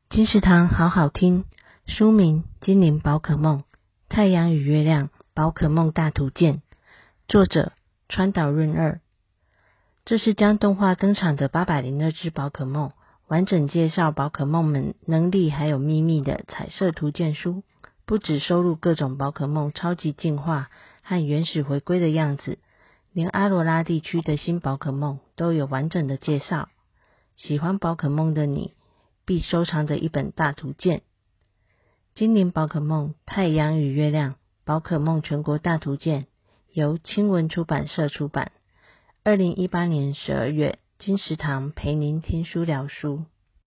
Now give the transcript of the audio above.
金石堂好好听，书名《精灵宝可梦：太阳与月亮宝可梦大图鉴》，作者川岛润二。这是将动画登场的802只宝可梦，完整介绍宝可梦们能力还有秘密的彩色图鉴书，不只收录各种宝可梦超级进化和原始回归的样子，连阿罗拉地区的新宝可梦都有完整的介绍。喜欢宝可梦的你必收藏的一本大图鉴，精灵宝可梦太阳与月亮宝可梦全国大图鉴，由青文出版社出版。2018年12月，金石堂陪您听书聊书。